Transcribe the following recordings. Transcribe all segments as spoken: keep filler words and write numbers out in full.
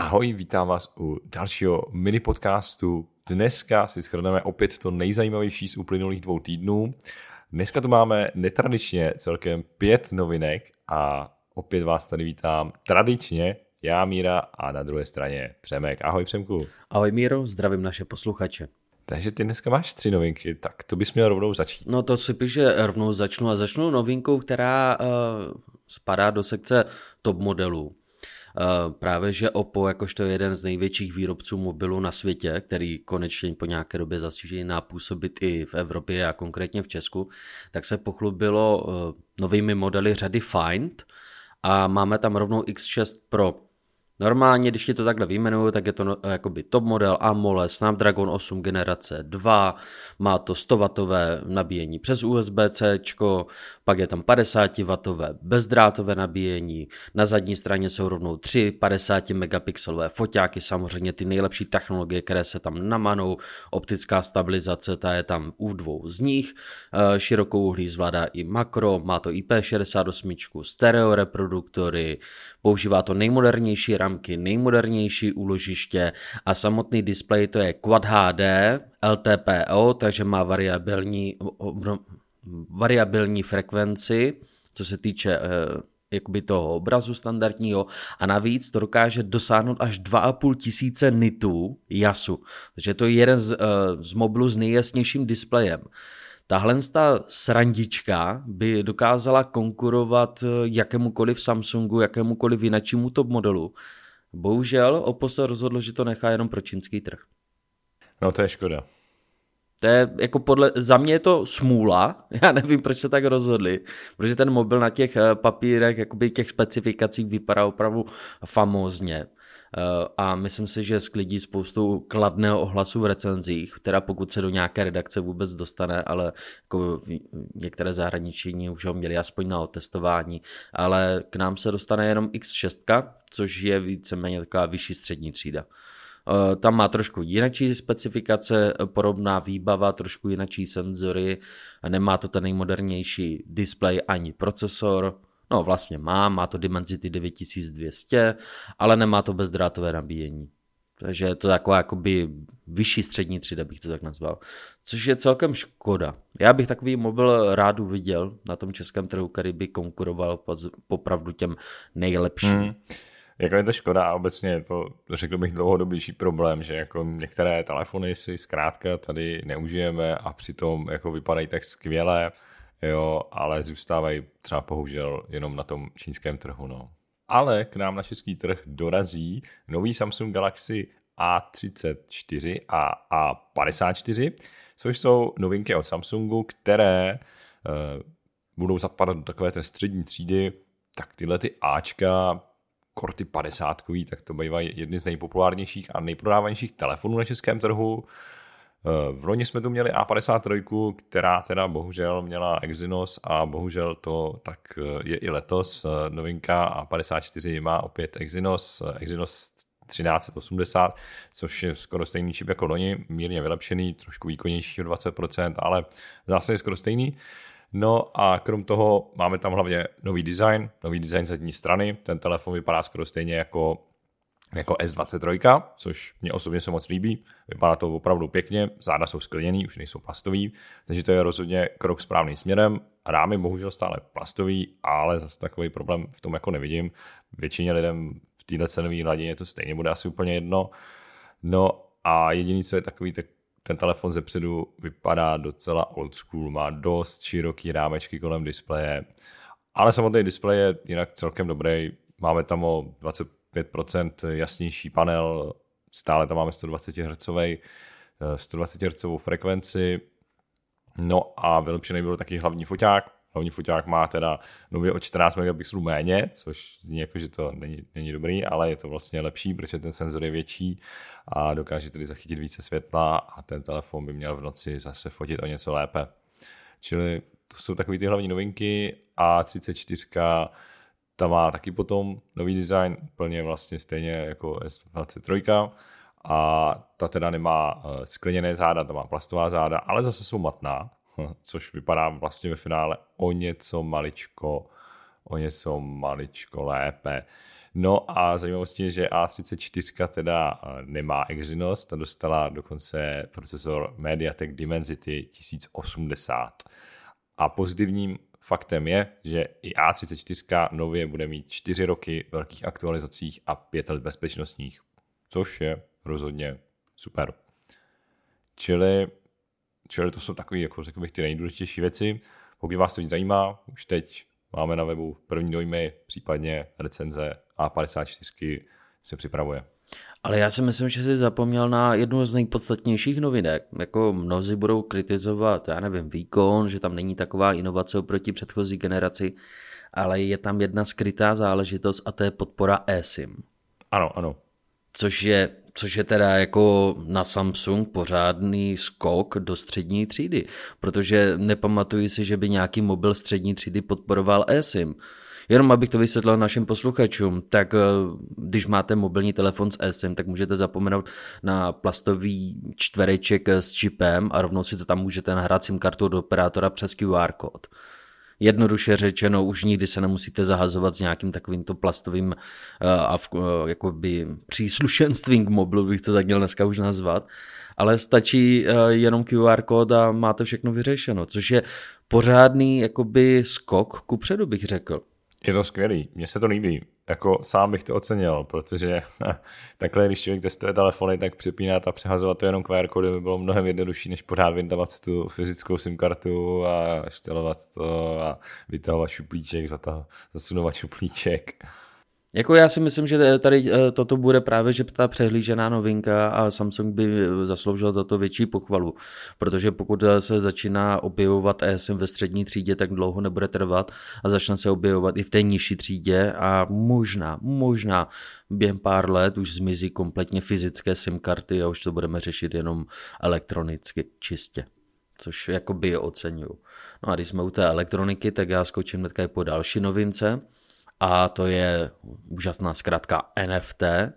Ahoj, vítám vás u dalšího mini podcastu. Dneska si shrneme opět to nejzajímavější z uplynulých dvou týdnů. Dneska tu máme netradičně celkem pět novinek a opět vás tady vítám tradičně já, Míra, a na druhé straně Přemek. Ahoj, Přemku. Ahoj, Míro, zdravím naše posluchače. Takže ty dneska máš tři novinky, tak to bys měl rovnou začít. No to si píš, že rovnou začnu a začnu novinkou, která uh, spadá do sekce top modelů. Uh, právě, že Oppo, jakožto jeden z největších výrobců mobilů na světě, který konečně po nějaké době začíná působit i v Evropě a konkrétně v Česku, tak se pochlubilo uh, novými modely řady Find a máme tam rovnou X šest Pro. Normálně, když ti to takhle vyjmenuju, tak je to no, jakoby top model AMOLED Snapdragon osm generace dva, má to sto wattové nabíjení přes U S B C, pak je tam padesát wattové bezdrátové nabíjení, na zadní straně jsou rovnou tři padesát megapixelové foťáky, samozřejmě ty nejlepší technologie, které se tam namanou, optická stabilizace, ta je tam u dvou z nich, širokou uhlí zvládá i makro, má to I P šedesát osm, stereo reproduktory, používá to nejmodernější ramky, nejmodernější úložiště a samotný displej to je Quad H D, L T P O, takže má variabilní, variabilní frekvenci, co se týče eh, jakoby toho obrazu standardního, a navíc to dokáže dosáhnout až dva a půl tisíce nitů jasu, takže to je jeden z, eh, z mobilů s nejjasnějším displejem. Tahle srandička by dokázala konkurovat jakémukoliv Samsungu, jakémukoliv jináčímu top modelu. Bohužel Oppo se rozhodlo, že to nechá jenom pro čínský trh. No to je škoda. To je jako podle, za mě je to smůla, já nevím, proč se tak rozhodli, protože ten mobil na těch papírech, jakoby těch specifikacích vypadá opravdu famózně. A myslím si, že sklidí spoustu kladného ohlasu v recenzích, teda pokud se do nějaké redakce vůbec dostane, ale jako některé zahraniční už ho měli aspoň na otestování, ale k nám se dostane jenom X šest, což je víceméně taková vyšší střední třída. Tam má trošku jinačí specifikace, podobná výbava, trošku jinačí senzory, nemá to ten nejmodernější displej ani procesor. No vlastně má, má to Dimensity devět tisíc dvě stě, ale nemá to bezdrátové nabíjení. Takže je to taková jakoby vyšší střední třída, bych to tak nazval. Což je celkem škoda. Já bych takový mobil rád uviděl na tom českém trhu, který by konkuroval popravdu těm nejlepším. Hmm. Jako je to škoda a obecně je to, řekl bych, dlouhodobější problém, že jako některé telefony si zkrátka tady neužijeme a přitom jako vypadají tak skvěle, jo, ale zůstávají třeba bohužel jenom na tom čínském trhu, no. Ale k nám na český trh dorazí nový Samsung Galaxy A třicet čtyři a A padesát čtyři, což jsou novinky od Samsungu, které e, budou zapadat do takové té střední třídy. Tak tyhle ty Ačka, korty padesátkový, tak to bývají jedny z nejpopulárnějších a nejprodávanějších telefonů na českém trhu. V loni jsme tu měli A padesát tři, která teda bohužel měla Exynos a bohužel to tak je i letos. Novinka A padesát čtyři má opět Exynos, Exynos třináct osmdesát, což je skoro stejný čip jako loni, mírně vylepšený, trošku výkonnější o dvacet procent, ale zase je skoro stejný. No a krom toho máme tam hlavně nový design, nový design zadní strany. Ten telefon vypadá skoro stejně jako jako S dvacet tři, což mě osobně se moc líbí. Vypadá to opravdu pěkně, záda jsou skleněný, už nejsou plastový, takže to je rozhodně krok správným směrem. Rámy bohužel stále plastový, ale zase takový problém v tom jako nevidím. Většině lidem v této cenové hladině to stejně bude asi úplně jedno. No a jediný, co je takový, tak ten telefon zepředu vypadá docela old school, má dost široký rámečky kolem displeje, ale samotný displej je jinak celkem dobrý. Máme tam o dvacet pět procent jasnější panel, stále tam máme sto dvacet hertzový, sto dvacet hertzovou frekvenci, no a vylepšený byl taky hlavní foťák. Hlavní foťák má teda nově o čtrnáct megapixelů méně, což zní jako, že to není, není dobrý, ale je to vlastně lepší, protože ten senzor je větší a dokáže tedy zachytit více světla a ten telefon by měl v noci zase fotit o něco lépe. Čili to jsou takové ty hlavní novinky. A třicet čtyři ta má taky potom nový design, úplně vlastně stejně jako S dvacet tři, a ta teda nemá skleněné záda, ta má plastová záda, ale zase jsou matná, což vypadá vlastně ve finále o něco maličko, o něco maličko lépe. No a zajímavostí je, že A třicet čtyři teda nemá Exynos, ta dostala dokonce procesor MediaTek Dimensity tisíc osmdesát. A pozitivním faktem je, že i A třicet čtyři nově bude mít čtyři roky velkých aktualizacích a pět let bezpečnostních, což je rozhodně super. Čili, čili to jsou takové, jako řekl bych, ty nejdůležitější věci. Pokud vás to víc zajímá, už teď máme na webu první dojmy, případně recenze A padesát čtyři se připravuje. Ale já si myslím, že jsi zapomněl na jednu z nejpodstatnějších novinek. Jako mnozí budou kritizovat, já nevím, výkon, že tam není taková inovace oproti předchozí generaci, ale je tam jedna skrytá záležitost a to je podpora eSIM. Ano, ano. Což je, což je teda jako na Samsung pořádný skok do střední třídy, protože nepamatuji si, že by nějaký mobil střední třídy podporoval eSIM. Jenom abych to vysvětlil našim posluchačům, tak když máte mobilní telefon s eSIM, tak můžete zapomenout na plastový čtvereček s čipem a rovnou si to tam můžete nahrát SIM kartu od operátora přes Q R kód. Jednoduše řečeno, už nikdy se nemusíte zahazovat s nějakým takovýmto plastovým a jakoby příslušenstvím k mobilu, bych to tak měl dneska už nazvat, ale stačí jenom Q R kód a máte všechno vyřešeno, což je pořádný jakoby skok kupředu, bych řekl. Je to skvělý, mně se to líbí, jako sám bych to ocenil, protože takhle, když člověk testuje telefony, tak přepínat a přehazovat to jenom Q R kódy by bylo mnohem jednodušší, než pořád vydávat tu fyzickou SIM kartu a štelovat to a vytahovat šuplíček, zasunovat šuplíček. Jako já si myslím, že tady toto bude právě že ta přehlížená novinka a Samsung by zasloužil za to větší pochvalu, protože pokud se začíná objevovat eSIM ve střední třídě, tak dlouho nebude trvat a začne se objevovat i v té nižší třídě a možná, možná během pár let už zmizí kompletně fyzické SIM karty a už to budeme řešit jenom elektronicky čistě, což jakoby oceňuju. No a když jsme u té elektroniky, tak já skočím hnedka i po další novince. A to je úžasná zkratka N F T,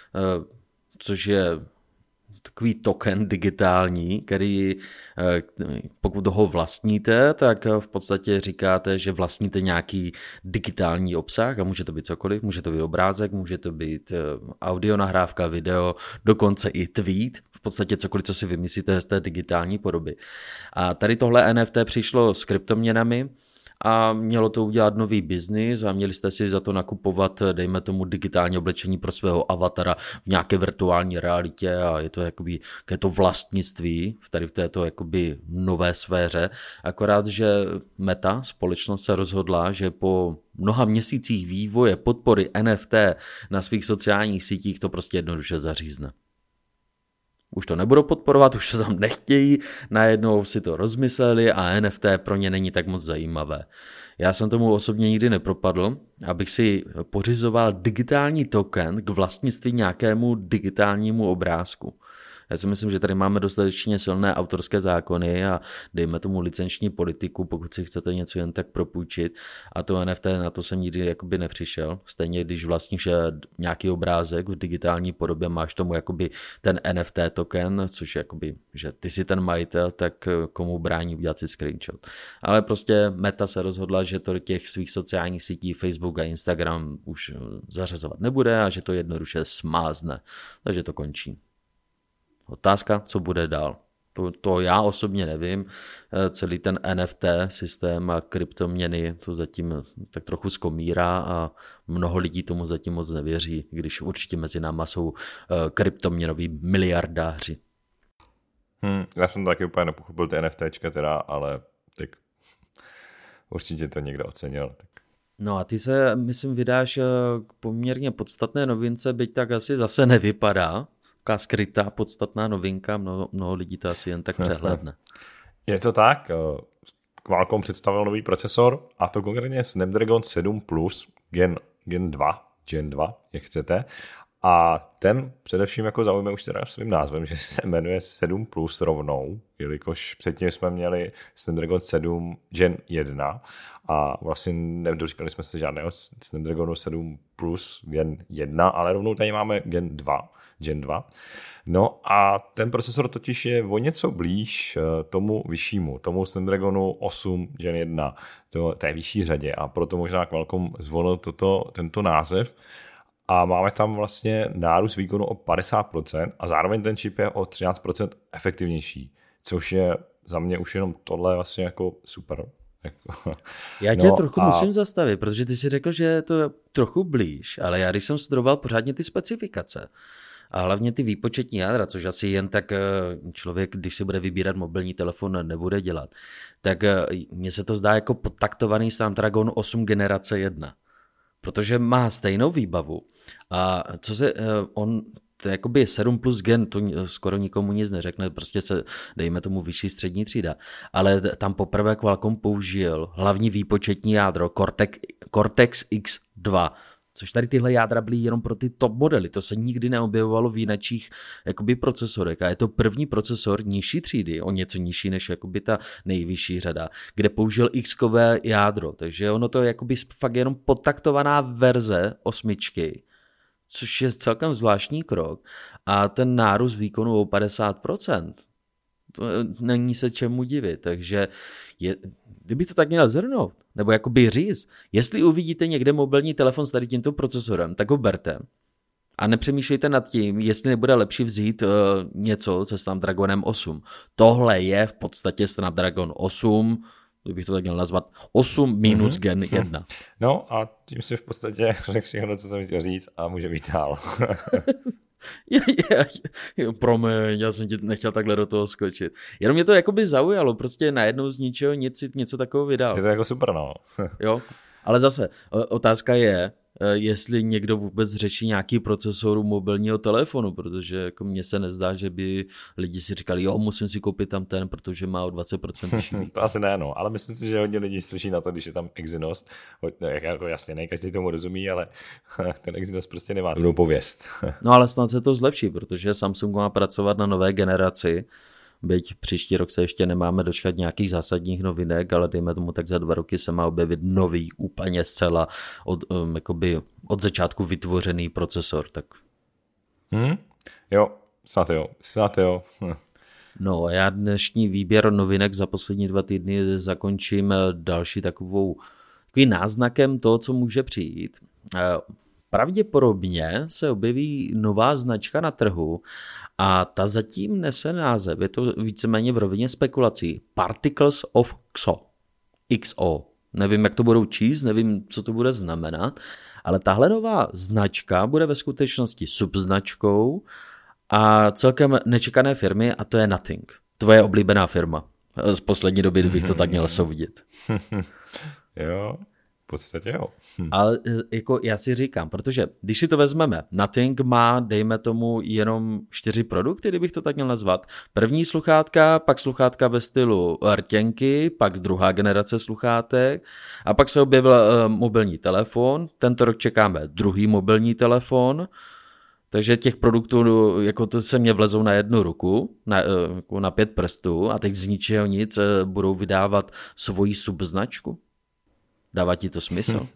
což je takový token digitální, který pokud ho vlastníte, tak v podstatě říkáte, že vlastníte nějaký digitální obsah a může to být cokoliv, může to být obrázek, může to být audio nahrávka, video, dokonce i tweet, v podstatě cokoliv, co si vymyslíte z té digitální podoby. A tady tohle N F T přišlo s kryptoměnami, a mělo to udělat nový biznis a měli jste si za to nakupovat, dejme tomu, digitální oblečení pro svého avatara v nějaké virtuální realitě a je to jakoby je to vlastnictví tady v této jakoby nové sféře. Akorát, že Meta, společnost, se rozhodla, že po mnoha měsících vývoje podpory N F T na svých sociálních sítích to prostě jednoduše zařízne. Už to nebudou podporovat, už to tam nechtějí, najednou si to rozmysleli a N F T pro ně není tak moc zajímavé. Já jsem tomu osobně nikdy nepropadl, abych si pořizoval digitální token k vlastnictví nějakému digitálnímu obrázku. Já si myslím, že tady máme dostatečně silné autorské zákony a dejme tomu licenční politiku, pokud si chcete něco jen tak propůjčit. A to N F T, na to jsem nikdy jakoby nepřišel. Stejně když vlastníš nějaký obrázek v digitální podobě, máš tomu jakoby ten N F T token, což je jakoby, že ty si ten majitel, tak komu brání udělat si screenshot. Ale prostě Meta se rozhodla, že to těch svých sociálních sítí Facebook a Instagram už zařazovat nebude a že to jednoduše smázne. Takže to končí. Otázka, co bude dál. To, to já osobně nevím. Celý ten N F T systém a kryptoměny to zatím tak trochu skomírá a mnoho lidí tomu zatím moc nevěří, když určitě mezi náma jsou kryptoměnoví miliardáři. Hmm, já jsem to taky úplně nepochopil ty NFTčka teda, ale tak určitě to někdo ocenil. Tak. No a ty se, myslím, vydáš k poměrně podstatné novince, byť tak asi zase nevypadá. Taková skrytá, podstatná novinka, mnoho, mnoho lidí to asi jen tak přehlédne. Je to tak, Qualcomm představil nový procesor, a to konkrétně Snapdragon sedm plus Gen, Gen dva, Gen dva, jak chcete. A ten především jako zaujme už teda svým názvem, že se jmenuje sedm plus rovnou, jelikož předtím jsme měli Snapdragon sedm Gen jedna a vlastně nedočkali jsme se žádného Snapdragonu sedm plus Gen jedna, ale rovnou tady máme Gen dva, Gen dva. No a ten procesor totiž je o něco blíž tomu vyššímu, tomu Snapdragonu osm Gen jedna, to, té vyšší řadě, a proto možná Qualcomm zvolil toto, tento název. a máme tam vlastně nárůst výkonu o padesát procent a zároveň ten čip je o třináct procent efektivnější, což je za mě už jenom tohle vlastně jako super. Já tě no trochu a... musím zastavit, protože ty si řekl, že je to trochu blíž, ale já když jsem studoval pořádně ty specifikace a hlavně ty výpočetní jádra, což asi jen tak člověk, když si bude vybírat mobilní telefon, nebude dělat, tak mně se to zdá jako podtaktovaný Snapdragon osm generace jedna, protože má stejnou výbavu a co se on to je jakoby sedm plus gen, to skoro nikomu nic neřekne, prostě se, dejme tomu vyšší střední třída, ale tam poprvé Qualcomm použil hlavní výpočetní jádro Cortex, Cortex X dva, což tady tyhle jádra byly jenom pro ty top modely, to se nikdy neobjevovalo v jiných jakoby procesorech a je to první procesor nižší třídy, o něco nižší než jakoby ta nejvyšší řada, kde použil X-kové jádro, takže ono to je jakoby fakt jenom podtaktovaná verze osmičky, což je celkem zvláštní krok a ten nárůst výkonu o padesát procent, to není se čemu divit, takže je, kdyby to tak měl zhrnout, nebo jakoby říct, jestli uvidíte někde mobilní telefon s tady tímto procesorem, tak ho berte a nepřemýšlejte nad tím, jestli nebude lepší vzít uh, něco se Snapdragonem osm. Tohle je v podstatě Snapdragon osm, kdybych to tak měl nazvat, osm minus mm-hmm. gen jedna. No a tím si v podstatě řekl všechno, co jsem chtěl říct a může být dál. Promiň, já jsem ti nechtěl takhle do toho skočit. Jenom mě to jakoby zaujalo, prostě najednou z ničeho nic něco takového vydal. Je to jako super, no. Jo, ale zase otázka je, jestli někdo vůbec řeší nějaký procesor mobilního telefonu, protože jako mně se nezdá, že by lidi si říkali, jo, musím si koupit tam ten, protože má o dvacet procent vyšší. To asi ne, no, ale myslím si, že hodně lidí slyší na to, když je tam Exynos. Jako jasně, ne každý tomu rozumí, ale ten Exynos prostě nemá dobrou pověst. No ale snad se to zlepší, protože Samsung má pracovat na nové generaci, byť příští rok se ještě nemáme dočkat nějakých zásadních novinek, ale dejme tomu tak za dva roky se má objevit nový, úplně zcela od, um, jakoby od začátku vytvořený procesor. Tak. Hmm? Jo, snad jo, snad jo. No a já dnešní výběr novinek za poslední dva týdny zakončím další takovou takový náznakem toho, co může přijít. Pravděpodobně se objeví nová značka na trhu a ta zatím nese název, je to víceméně v rovině spekulací. Particles of X O. X O. Nevím, jak to budou číst, nevím, co to bude znamenat, ale tahle nová značka bude ve skutečnosti subznačkou a celkem nečekané firmy a to je Nothing. Tvoje oblíbená firma. Z poslední doby, kdybych to tak měl soudit. Jo. V podstatě jo. Hm. Ale jako já si říkám, protože když si to vezmeme, Nothing má, dejme tomu, jenom čtyři produkty, kdybych to tak měl nazvat. První sluchátka, pak sluchátka ve stylu rtěnky, pak druhá generace sluchátek a pak se objevil uh, mobilní telefon. Tento rok čekáme druhý mobilní telefon, takže těch produktů jako to se mě vlezou na jednu ruku, na, jako na pět prstů a teď z ničeho nic budou vydávat svoji subznačku. Dává ti to smysl?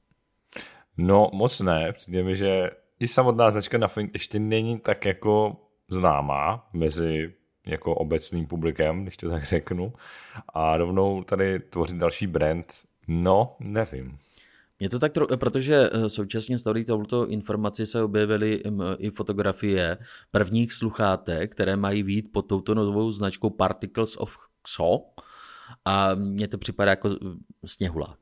No moc ne, přijde mi, že i samotná značka Nothing ještě není tak jako známá mezi jako obecným publikem, když to tak řeknu. A rovnou tady tvořit další brand, no nevím. Je to tak, protože současně s touto informací se objevily i fotografie prvních sluchátek, které mají být pod touto novou značkou Particles of X O a mně to připadá jako sněhulák.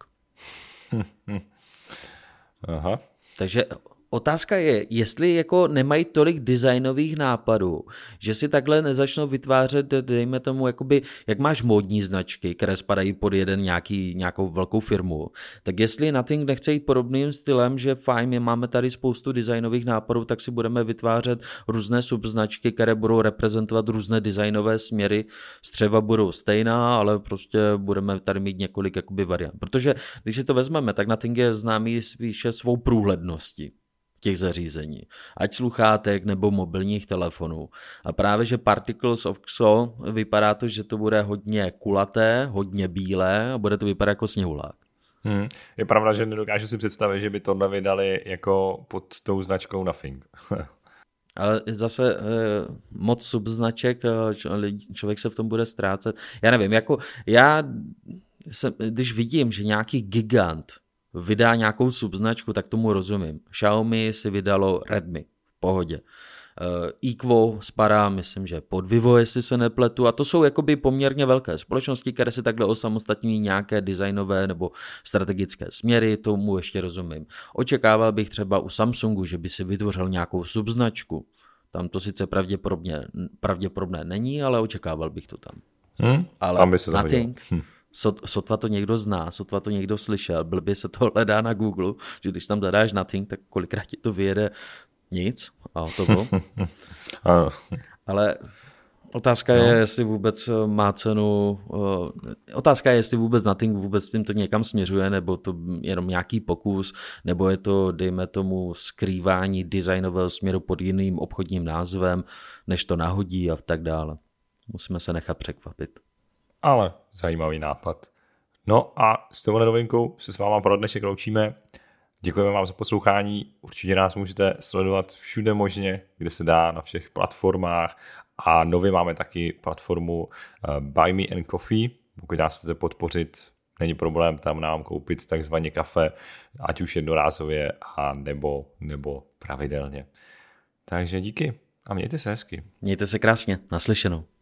Aha. Takže otázka je, jestli jako nemají tolik designových nápadů, že si takhle nezačnou vytvářet, dejme tomu, jakoby, jak máš módní značky, které spadají pod jeden nějaký, nějakou velkou firmu, tak jestli Nothing nechce jít podobným stylem, že fajn, je, máme tady spoustu designových nápadů, tak si budeme vytvářet různé subznačky, které budou reprezentovat různé designové směry, střeva budou stejná, ale prostě budeme tady mít několik jakoby variant. Protože když si to vezmeme, tak Nothing je známý spíše svou průhledností těch zařízení, ať sluchátek nebo mobilních telefonů. A právě, že Particles of X O vypadá to, že to bude hodně kulaté, hodně bílé a bude to vypadat jako sněhulák. Hmm. Je pravda, že nedokážu si představit, že by tohle vydali jako pod tou značkou Nothing. Ale zase eh, moc subznaček, člověk se v tom bude ztrácet. Já nevím, jako já jsem, když vidím, že nějaký gigant vydá nějakou subznačku, tak tomu rozumím. Xiaomi si vydalo Redmi, v pohodě. Equo spadá, myslím, že pod Vivo, jestli se nepletu, a to jsou jakoby poměrně velké společnosti, které si takhle osamostatňují nějaké designové nebo strategické směry, tomu ještě rozumím. Očekával bych třeba u Samsungu, že by si vytvořil nějakou subznačku. Tam to sice pravděpodobně, pravděpodobné není, ale očekával bych to tam. Hmm, ale tam by se to nothing, hm. sotva to někdo zná, sotva to někdo slyšel, blbě se to hledá na Google, že když tam zadáš nothing, tak kolikrát ti to vyjede nic a to bylo. Ale otázka no. je, jestli vůbec má cenu, otázka je, jestli vůbec nothing vůbec s tím to někam směřuje, nebo to jenom nějaký pokus, nebo je to, dejme tomu, skrývání designového směru pod jiným obchodním názvem, než to nahodí a tak dále. Musíme se nechat překvapit. Ale zajímavý nápad. No a s touhle novinkou se s váma pro dnešek loučíme. Děkujeme vám za poslouchání. Určitě nás můžete sledovat všude možně, kde se dá, na všech platformách. A nově máme taky platformu Buy Me and Coffee. Pokud nás chcete podpořit, není problém tam nám koupit takzvaně kafe, ať už jednorázově a nebo, nebo pravidelně. Takže díky a mějte se hezky. Mějte se krásně. Naslyšenou.